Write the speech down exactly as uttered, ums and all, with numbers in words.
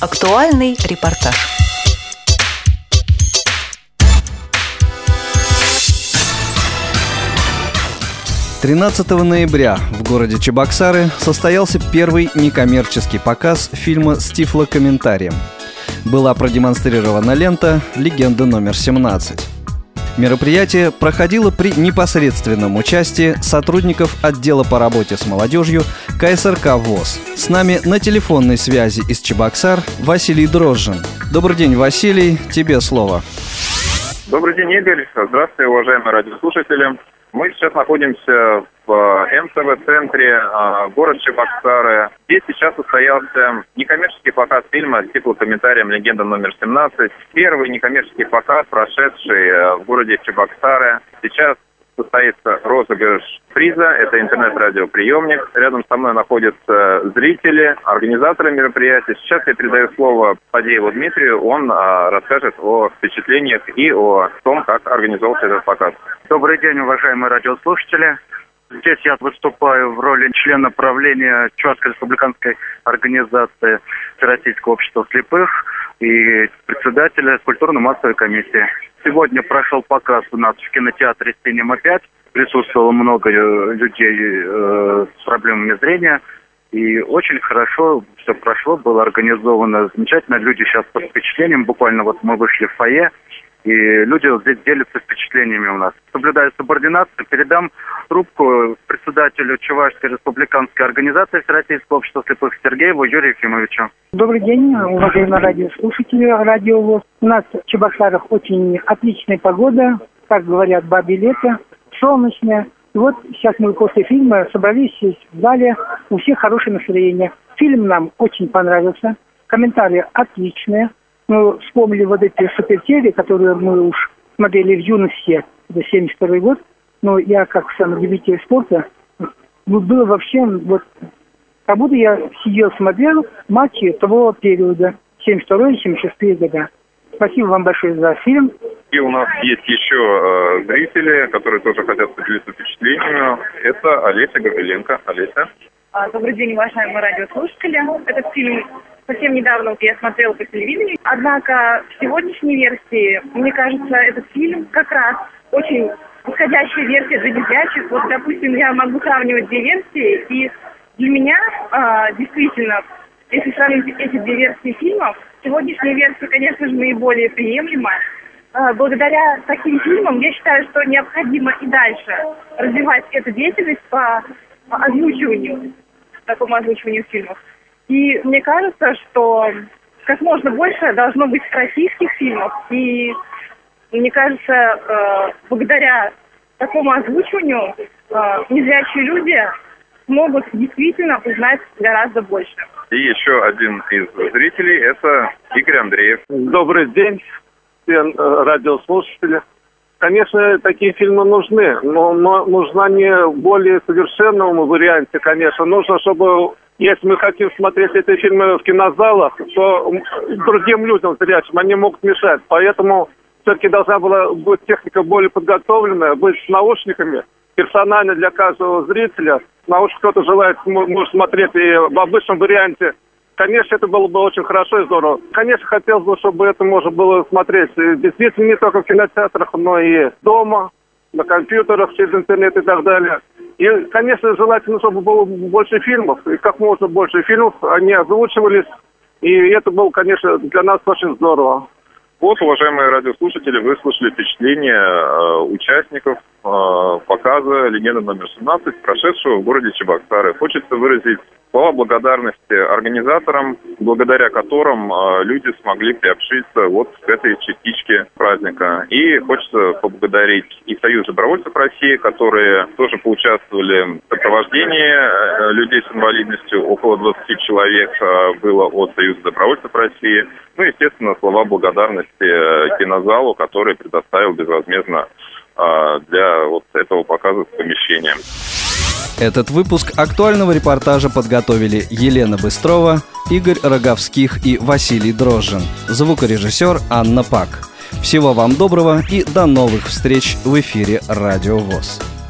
Актуальный репортаж. тринадцатого ноября в городе Чебоксары состоялся первый некоммерческий показ фильма с тифлокомментарием. Была продемонстрирована лента «Легенда номер семнадцать». Мероприятие проходило при непосредственном участии сотрудников отдела по работе с молодежью ка эс эр ка ВОС. С нами на телефонной связи из Чебоксар Василий Дрожжин. Добрый день, Василий, тебе слово. Добрый день, Игорь. Здравствуйте, уважаемые радиослушатели. Мы сейчас находимся в эм тэ вэ-центре, город Чебоксары, где сейчас состоялся некоммерческий показ фильма с тифлокомментарием «Легенда номер семнадцать». Первый некоммерческий показ, прошедший в городе Чебоксары. Сейчас состоится розыгрыш приза. Это интернет-радиоприемник. Рядом со мной находятся зрители, организаторы мероприятия. Сейчас я передаю слово Падееву Дмитрию. Он а, расскажет о впечатлениях и о том, как организовался этот показ. Добрый день, уважаемые радиослушатели. Здесь я выступаю в роли члена правления Чувашской республиканской организации Всероссийского общества слепых и председателя культурно-массовой комиссии. Сегодня прошел показ у нас в кинотеатре «Синема пять». Присутствовало много людей э, с проблемами зрения. И очень хорошо все прошло, было организовано замечательно. Люди сейчас под впечатлением. Буквально вот мы вышли в фойе, и люди вот здесь делятся впечатлениями у нас. Соблюдая субординацию, передам трубку председателю Чувашской республиканской организации Всероссийского общества слепых Сергееву Юрию Ефимовичу. Добрый день, уважаемые радиослушатели Радио ВОС. У нас в Чебоксарах очень отличная погода, как говорят, бабье лето, солнечное. И вот сейчас мы после фильма собрались здесь в зале, у всех хорошее настроение. Фильм нам очень понравился, комментарии отличные. Мы вспомнили вот эти суперсерии, которые мы уж смотрели в юности, это семьдесят второй год. Но я, как сам любитель спорта, ну, было вообще, вот, как будто я сидел, смотрел матчи того периода, семьдесят второй — семьдесят шестой года. Спасибо вам большое за фильм. И у нас есть еще э, зрители, которые тоже хотят поделиться впечатлениями. Это Олеся Гавриленко. Олеся. Добрый день, уважаемые радиослушатели. Этот фильм совсем недавно я смотрела по телевидению. Однако в сегодняшней версии, мне кажется, этот фильм как раз очень подходящая версия для незрячих. Вот, допустим, я могу сравнивать две версии, и для меня э, действительно, если сравнить эти две версии фильмов, сегодняшняя версия, конечно же, наиболее приемлема. Э, благодаря таким фильмам я считаю, что необходимо и дальше развивать эту деятельность по озвучиванию, такому озвучиванию фильмов. И мне кажется, что как можно больше должно быть российских фильмов. И мне кажется, э, благодаря такому озвучиванию э, незрячие люди смогут действительно узнать гораздо больше. И еще один из зрителей – это Игорь Андреев. Добрый день, все радиослушатели. Конечно, такие фильмы нужны, но, но нужна не в более совершенном варианте, конечно. Нужно, чтобы, если мы хотим смотреть эти фильмы в кинозалах, то другим людям зрячим они могут мешать. Поэтому все-таки должна была быть техника более подготовленная, быть с наушниками, персонально для каждого зрителя. Наушник кто-то желает, может смотреть и в обычном варианте. Конечно, это было бы очень хорошо и здорово. Конечно, хотелось бы, чтобы это можно было смотреть действительно не только в кинотеатрах, но и дома, на компьютерах, через интернет и так далее. И, конечно, желательно, чтобы было больше фильмов, и как можно больше фильмов, они озвучивались. И это было, конечно, для нас очень здорово. Вот, уважаемые радиослушатели, вы слышали впечатления э, участников э, показа «Легенда номер семнадцать», прошедшего в городе Чебоксары. Хочется выразить слова благодарности организаторам, благодаря которым э, люди смогли приобщиться вот к этой частичке праздника. И хочется поблагодарить и Союз добровольцев России, которые тоже поучаствовали в сопровождении э, людей с инвалидностью. Около двадцати человек э, было от Союза добровольцев России. Ну, естественно, слова благодарности кинозалу, который предоставил безвозмездно э, для вот этого показа с помещением. Этот выпуск актуального репортажа подготовили Елена Быстрова, Игорь Роговских и Василий Дрожжин. Звукорежиссер Анна Пак. Всего вам доброго и до новых встреч в эфире Радио ВОС.